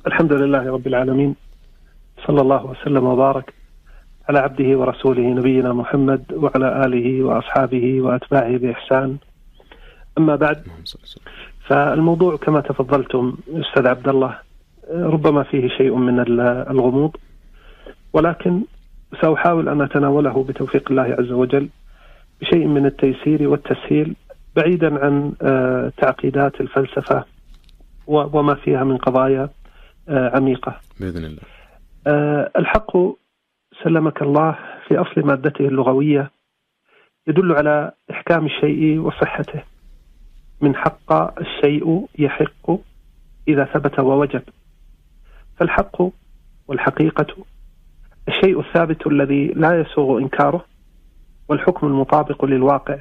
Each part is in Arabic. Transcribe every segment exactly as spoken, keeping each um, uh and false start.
الحمد لله رب العالمين، صلى الله وسلم وبارك على عبده ورسوله نبينا محمد وعلى آله وأصحابه وأتباعه بإحسان. أما بعد، فالموضوع كما تفضلتم أستاذ عبد الله ربما فيه شيء من الغموض، ولكن سأحاول أن أتناوله بتوفيق الله عز وجل بشيء من التيسير والتسهيل، بعيدا عن تعقيدات الفلسفة وما فيها من قضايا عميقة بإذن الله. الحق سلمك الله في أصل مادته اللغوية يدل على إحكام الشيء وصحته، من حق الشيء يحق إذا ثبت ووجب. فالحق والحقيقة الشيء الثابت الذي لا يسوغ إنكاره، والحكم المطابق للواقع،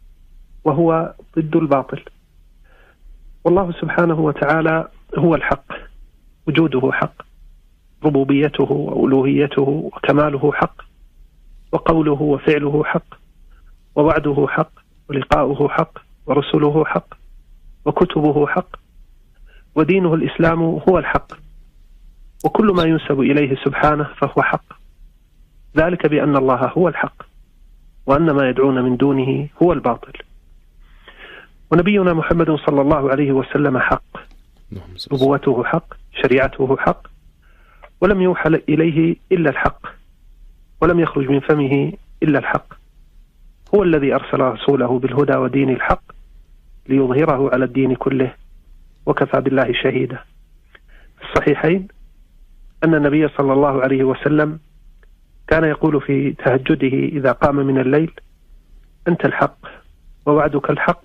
وهو ضد الباطل. والله سبحانه وتعالى هو الحق، وجوده حق، ربوبيته وألوهيته وكماله حق، وقوله وفعله حق، ووعده حق، ولقاؤه حق، ورسله حق، وكتبه حق، ودينه الإسلام هو الحق، وكل ما ينسب إليه سبحانه فهو حق، ذلك بأن الله هو الحق، وأن ما يدعون من دونه هو الباطل. ونبينا محمد صلى الله عليه وسلم حق، نبوته حق، شريعته حق، ولم يوحى إليه إلا الحق، ولم يخرج من فمه إلا الحق. هو الذي أرسل رسوله بالهدى ودين الحق ليظهره على الدين كله، وكفى بالله شهيدا. في الصحيحين أن النبي صلى الله عليه وسلم كان يقول في تهجده إذا قام من الليل: أنت الحق، ووعدك الحق،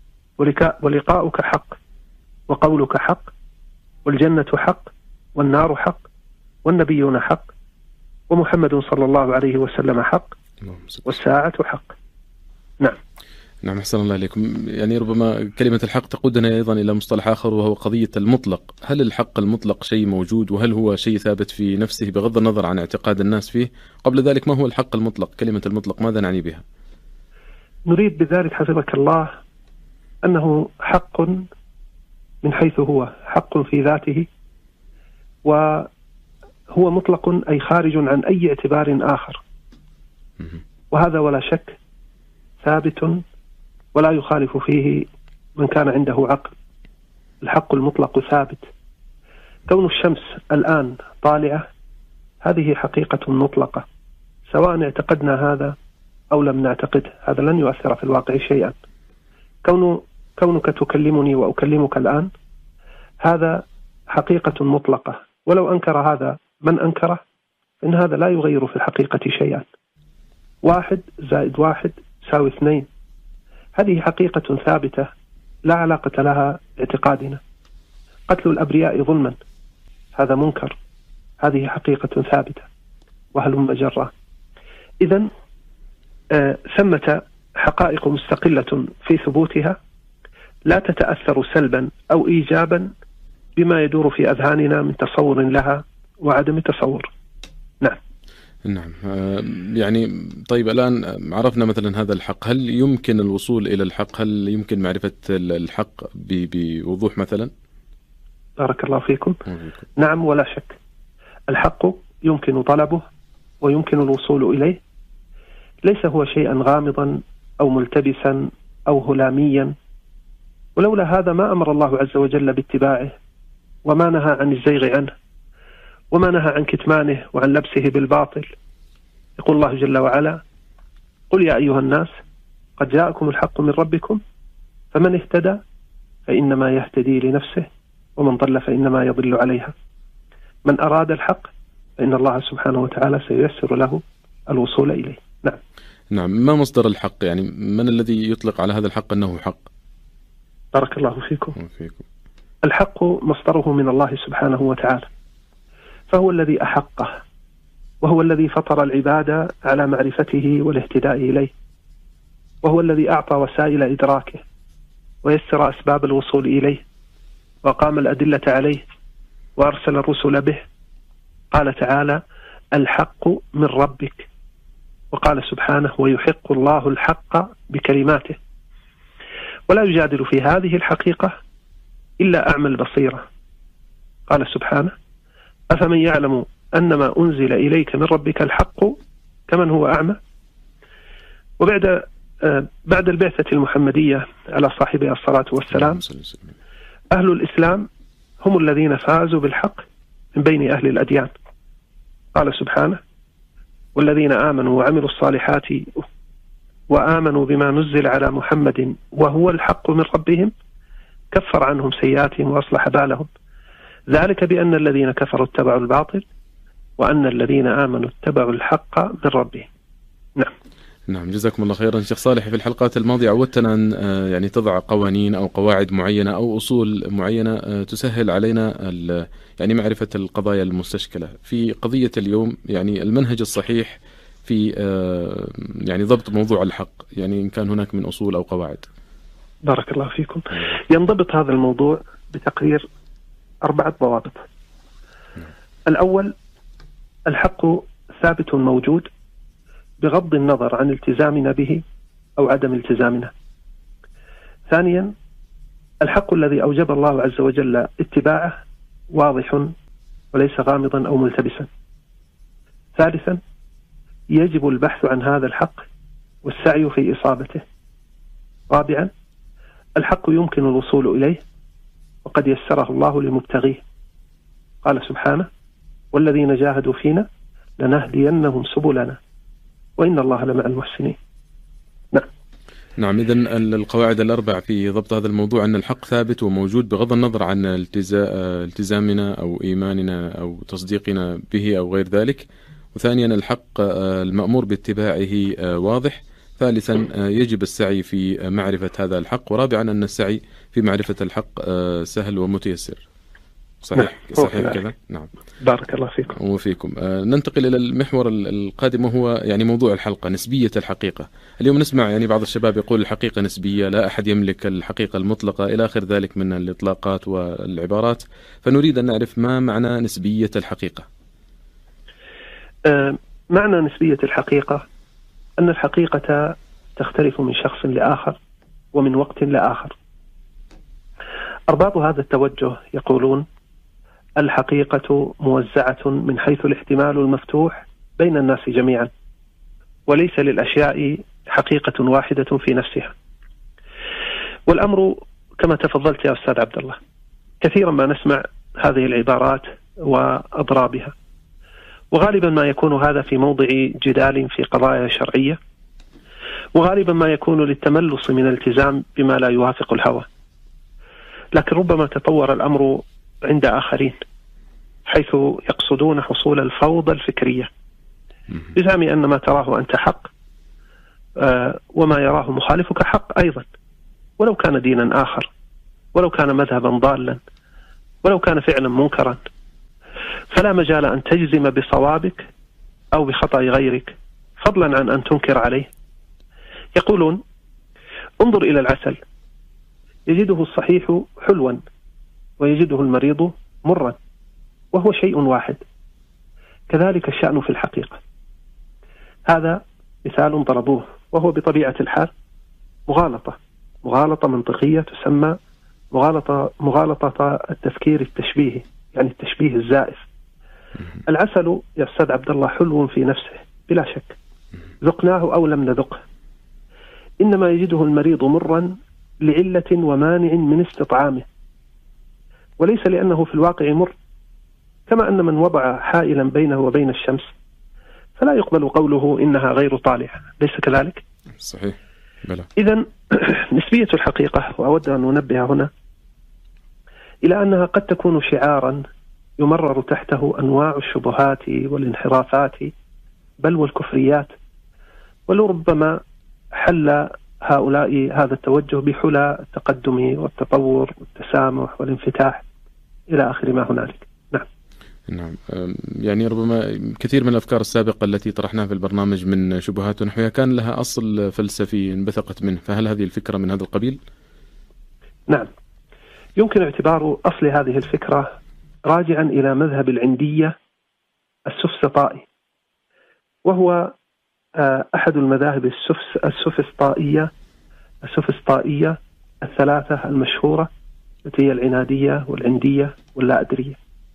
ولقاؤك حق، وقولك حق، والجنة حق، والنار حق، والنبيون حق، ومحمد صلى الله عليه وسلم حق، والساعة حق. نعم نعم أحسن الله إليكم. يعني ربما كلمة الحق تقودنا أيضا إلى مصطلح آخر، وهو قضية المطلق. هل الحق المطلق شيء موجود، وهل هو شيء ثابت في نفسه بغض النظر عن اعتقاد الناس فيه؟ قبل ذلك، ما هو الحق المطلق؟ كلمة المطلق ماذا نعني بها؟ نريد بذلك حفظك الله أنه حق من حيث هو حق في ذاته، وهو مطلق أي خارج عن أي اعتبار آخر، وهذا ولا شك ثابت ولا يخالف فيه من كان عنده عقل. الحق المطلق ثابت. كون الشمس الآن طالعة هذه حقيقة مطلقة، سواء اعتقدنا هذا أو لم نعتقد، هذا لن يؤثر في الواقع شيئا. كون كونك تكلمني وأكلمك الآن هذا حقيقة مطلقة، ولو أنكر هذا من أنكره إن هذا لا يغير في الحقيقة شيئا. واحد زائد واحد يساوي اثنين، هذه حقيقة ثابتة لا علاقة لها باعتقادنا. قتل الأبرياء ظلما هذا منكر، هذه حقيقة ثابتة، وهلم جرة. إذن آه ثمة حقائق مستقلة في ثبوتها لا تتأثر سلبا أو إيجابا بما يدور في أذهاننا من تصور لها وعدم تصور. نعم نعم. يعني طيب، الآن عرفنا مثلا هذا الحق، هل يمكن الوصول إلى الحق؟ هل يمكن معرفة الحق بوضوح مثلا؟ بارك الله فيكم. نعم ولا شك، الحق يمكن طلبه ويمكن الوصول إليه، ليس هو شيئا غامضا أو ملتبسا أو هلاميا، ولولا هذا ما أمر الله عز وجل باتباعه، وما نهى عن الزيغ عنه، وما نهى عن كتمانه وعن لبسه بالباطل. يقول الله جل وعلا: قل يا أيها الناس قد جاءكم الحق من ربكم فمن اهتدى فإنما يهتدي لنفسه، ومن ضل فإنما يضل عليها. من أراد الحق فإن الله سبحانه وتعالى سييسر له الوصول إليه. نعم نعم. ما مصدر الحق؟ يعني من الذي يطلق على هذا الحق أنه حق؟ بارك الله فيكم. وفيكم. الحق مصدره من الله سبحانه وتعالى، فهو الذي أحقه، وهو الذي فطر العباد على معرفته والاهتداء إليه، وهو الذي أعطى وسائل إدراكه ويسر أسباب الوصول إليه، وقام الأدلة عليه، وأرسل الرسل به. قال تعالى: الحق من ربك، وقال سبحانه: ويحق الله الحق بكلماته. ولا يجادل في هذه الحقيقة إلا أعمى البصيرة. قال سبحانه: أفمن يعلم أنما أنزل إليك من ربك الحق كمن هو أعمى. وبعد بعد البعثة المحمدية على صاحبها الصلاة والسلام، أهل الإسلام هم الذين فازوا بالحق من بين أهل الأديان. قال سبحانه: والذين آمنوا وعملوا الصالحات وآمنوا بما نزل على محمد وهو الحق من ربهم كفر عنهم سيئاتهم وأصلح بالهم ذلك بأن الذين كفروا اتبعوا الباطل وأن الذين آمنوا اتبعوا الحق من ربهم. نعم. نعم، جزاكم الله خيرا. شيخ صالح، في الحلقات الماضية عودتنا أن يعني تضع قوانين أو قواعد معينة أو أصول معينة تسهل علينا يعني معرفة القضايا المستشكلة. في قضية اليوم يعني المنهج الصحيح في يعني ضبط موضوع الحق، يعني إن كان هناك من أصول أو قواعد. بارك الله فيكم. ينضبط هذا الموضوع بتقرير أربعة ضوابط. الأول: الحق ثابت موجود بغض النظر عن التزامنا به أو عدم التزامنا. ثانيا: الحق الذي أوجب الله عز وجل اتباعه واضح وليس غامضا أو ملتبسا. ثالثا: يجب البحث عن هذا الحق والسعي في إصابته. رابعا: الحق يمكن الوصول إليه وقد يسره الله لمبتغيه. قال سبحانه: والذين جاهدوا فينا لنهدينهم سبلنا وإن الله لمع المحسنين. نعم. نعم، إذن القواعد الأربع في ضبط هذا الموضوع أن الحق ثابت وموجود بغض النظر عن التزامنا أو إيماننا أو تصديقنا به أو غير ذلك. وثانيا: الحق المأمور باتباعه واضح. ثالثا: يجب السعي في معرفة هذا الحق. ورابعا: أن السعي في معرفة الحق سهل ومتيسر. صحيح صحيح كذا. نعم، بارك الله فيكم وفيكم. آه ننتقل إلى المحور القادم وهو يعني موضوع الحلقة، نسبية الحقيقة. اليوم نسمع يعني بعض الشباب يقول الحقيقة نسبية، لا أحد يملك الحقيقة المطلقة إلى آخر ذلك من الإطلاقات والعبارات، فنريد أن نعرف ما معنى نسبية الحقيقة. آه معنى نسبية الحقيقة أن الحقيقة تختلف من شخص لآخر ومن وقت لآخر. أرباب هذا التوجه يقولون الحقيقة موزعة من حيث الاحتمال المفتوح بين الناس جميعا، وليس للأشياء حقيقة واحدة في نفسها. والأمر كما تفضلت يا أستاذ عبد الله، كثيرا ما نسمع هذه العبارات وأضرابها، وغالبا ما يكون هذا في موضع جدال في قضايا شرعية، وغالبا ما يكون للتملص من الالتزام بما لا يوافق الهوى. لكن ربما تطور الأمر عند آخرين حيث يقصدون حصول الفوضى الفكرية بزعم أن ما تراه أنت حق وما يراه مخالفك حق أيضا، ولو كان دينا آخر، ولو كان مذهبا ضالا، ولو كان فعلا منكرا. فلا مجال أن تجزم بصوابك أو بخطأ غيرك فضلا عن أن تنكر عليه. يقولون انظر إلى العسل، يجده الصحيح حلوا ويجده المريض مرا وهو شيء واحد. كذلك الشأن في الحقيقة. هذا مثال ضربوه وهو بطبيعة الحال مغالطة مغالطة منطقية تسمى مغالطة مغالطة التفكير التشبيهي، يعني التشبيه الزائف. العسل يا أستاذ عبد الله حلو في نفسه بلا شك، ذقناه أو لم نذقه، إنما يجده المريض مرا لعلة ومانع من استطعامه، وليس لأنه في الواقع مر. كما أن من وضع حائلا بينه وبين الشمس فلا يقبل قوله إنها غير طالعة، ليس كذلك؟ صحيح. بلى. إذن نسبية الحقيقة، وأود أن ننبه هنا إلى أنها قد تكون شعارا يمرر تحته أنواع الشبهات والانحرافات بل والكفريات، ولربما حل هؤلاء هذا التوجه بحلى التقدم والتطور والتسامح والانفتاح إلى آخر ما هنالك. نعم. نعم، يعني ربما كثير من الأفكار السابقة التي طرحناها في البرنامج من شبهات ونحوها كان لها أصل فلسفي انبثقت منه، فهل هذه الفكرة من هذا القبيل؟ نعم، يمكن اعتبار أصل هذه الفكرة راجعا إلى مذهب العندية السفسطائي، وهو أحد المذاهب السفسطائية السفسطائية الثلاثة المشهورة التي هي العنادية والعندية واللا أدرية.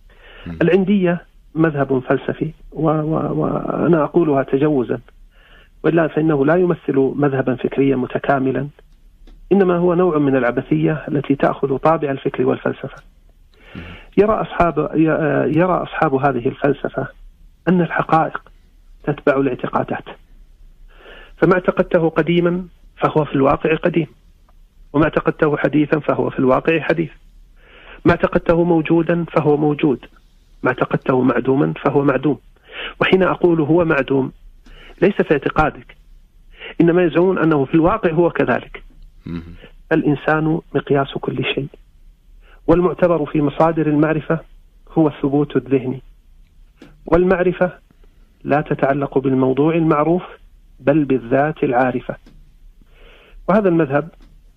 العندية مذهب فلسفي وأنا أقولها تجوزا، وإلا فإنه لا يمثل مذهبا فكريا متكاملا، إنما هو نوع من العبثية التي تأخذ طابع الفكر والفلسفة. يرى أصحاب يرى أصحاب هذه الفلسفة أن الحقائق تتبع الاعتقادات، فما اعتقدته قديما فهو في الواقع قديم، وما اعتقدته حديثا فهو في الواقع حديث، ما اعتقدته موجودا فهو موجود، ما اعتقدته معدوما فهو معدوم. وحين أقول هو معدوم ليس في اعتقادك، إنما يزعمون أنه في الواقع هو كذلك. الإنسان مقياس كل شيء، والمعتبر في مصادر المعرفة هو الثبوت الذهني، والمعرفة لا تتعلق بالموضوع المعروف بل بالذات العارفة. وهذا المذهب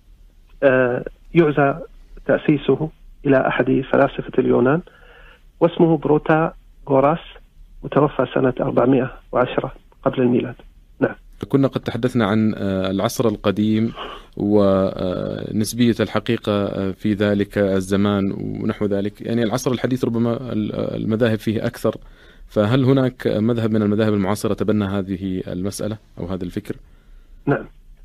يعزى تأسيسه إلى أحد فلاسفة اليونان واسمه بروتاغوراس، متوفى سنة أربعمائة وعشرة قبل الميلاد. نعم. كنا قد تحدثنا عن العصر القديم ونسبية الحقيقة في ذلك الزمان ونحو ذلك، يعني العصر الحديث ربما المذاهب فيه أكثر، فهل هناك مذهب من المذاهب المعاصرة تبنى هذه المسألة أو هذا الفكر؟ نعم.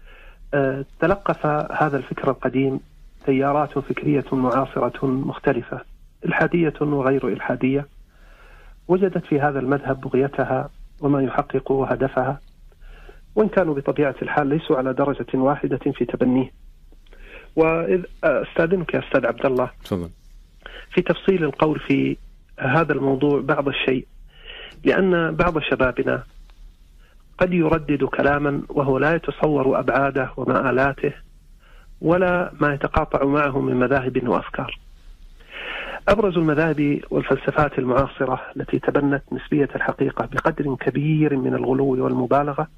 تلقف هذا الفكر القديم تيارات فكرية معاصرة مختلفة، إلحادية وغير إلحادية، وجدت في هذا المذهب بغيتها وما يحقق هدفها، وإن كانوا بطبيعة الحال ليسوا على درجة واحدة في تبنيه. وإذ أستاذنك يا أستاذ عبد الله تفضل في تفصيل القول في هذا الموضوع بعض الشيء، لأن بعض شبابنا قد يردد كلاما وهو لا يتصور أبعاده ومآلاته ولا ما يتقاطع معه من مذاهب وأفكار. أبرز المذاهب والفلسفات المعاصرة التي تبنت نسبية الحقيقة بقدر كبير من الغلو والمبالغة،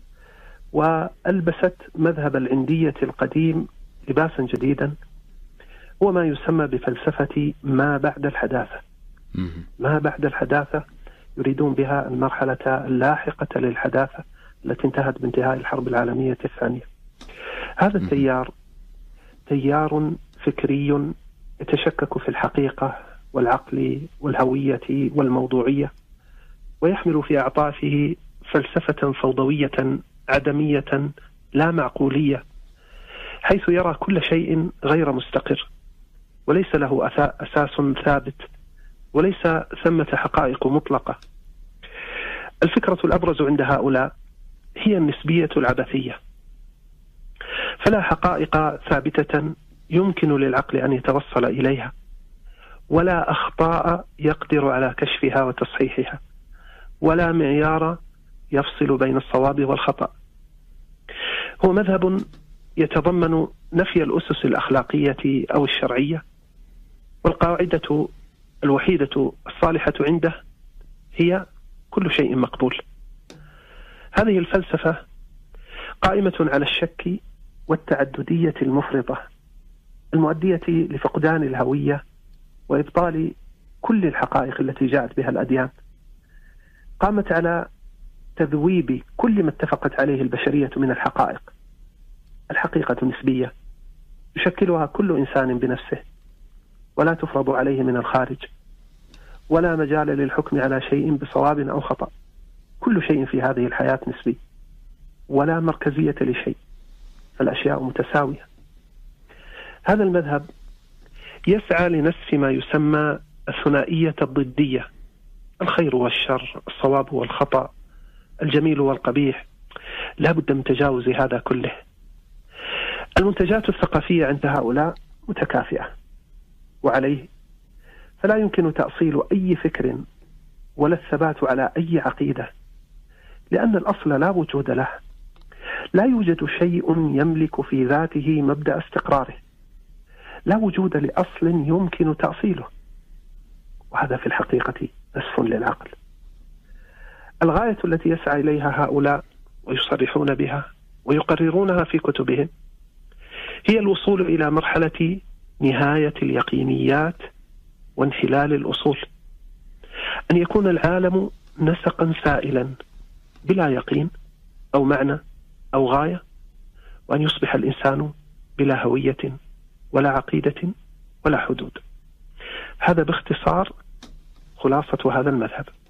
وألبست مذهب العندية القديم لباسا جديدا، هو ما يسمى بفلسفة ما بعد الحداثة. ما بعد الحداثة يريدون بها المرحلة اللاحقة للحداثة التي انتهت بانتهاء الحرب العالمية الثانية. هذا التيار تيار فكري يتشكك في الحقيقة والعقل والهوية والموضوعية، ويحمل في أعطافه فلسفة فوضوية عدمية لا معقولية، حيث يرى كل شيء غير مستقر وليس له أساس ثابت وليس ثمة حقائق مطلقة. الفكرة الأبرز عند هؤلاء هي النسبية العبثية، فلا حقائق ثابتة يمكن للعقل أن يتوصل إليها، ولا أخطاء يقدر على كشفها وتصحيحها، ولا معيار يفصل بين الصواب والخطأ. هو مذهب يتضمن نفي الأسس الأخلاقية أو الشرعية، والقاعدة الوحيدة الصالحة عنده هي كل شيء مقبول. هذه الفلسفة قائمة على الشك والتعددية المفرطة المؤدية لفقدان الهوية وإبطال كل الحقائق التي جاءت بها الأديان. قامت على تذويب كل ما اتفقت عليه البشرية من الحقائق. الحقيقة نسبية يشكلها كل إنسان بنفسه، ولا تفرض عليه من الخارج، ولا مجال للحكم على شيء بصواب أو خطأ. كل شيء في هذه الحياة نسبي، ولا مركزية لشيء، فالأشياء متساوية. هذا المذهب يسعى لنسف ما يسمى الثنائية الضدية، الخير والشر، الصواب والخطأ، الجميل والقبيح. لا بد من تجاوز هذا كله. المنتجات الثقافية عند هؤلاء متكافئة، وعليه فلا يمكن تأصيل أي فكر ولا الثبات على أي عقيدة، لأن الأصل لا وجود له. لا يوجد شيء يملك في ذاته مبدأ استقراره، لا وجود لأصل يمكن تأصيله، وهذا في الحقيقة نسف للعقل. الغاية التي يسعى إليها هؤلاء ويصرحون بها ويقررونها في كتبهم هي الوصول إلى مرحلة نهاية اليقينيات وانحلال الأصول، أن يكون العالم نسقا سائلا بلا يقين أو معنى أو غاية، وأن يصبح الإنسان بلا هوية ولا عقيدة ولا حدود. هذا باختصار خلاصة هذا المذهب.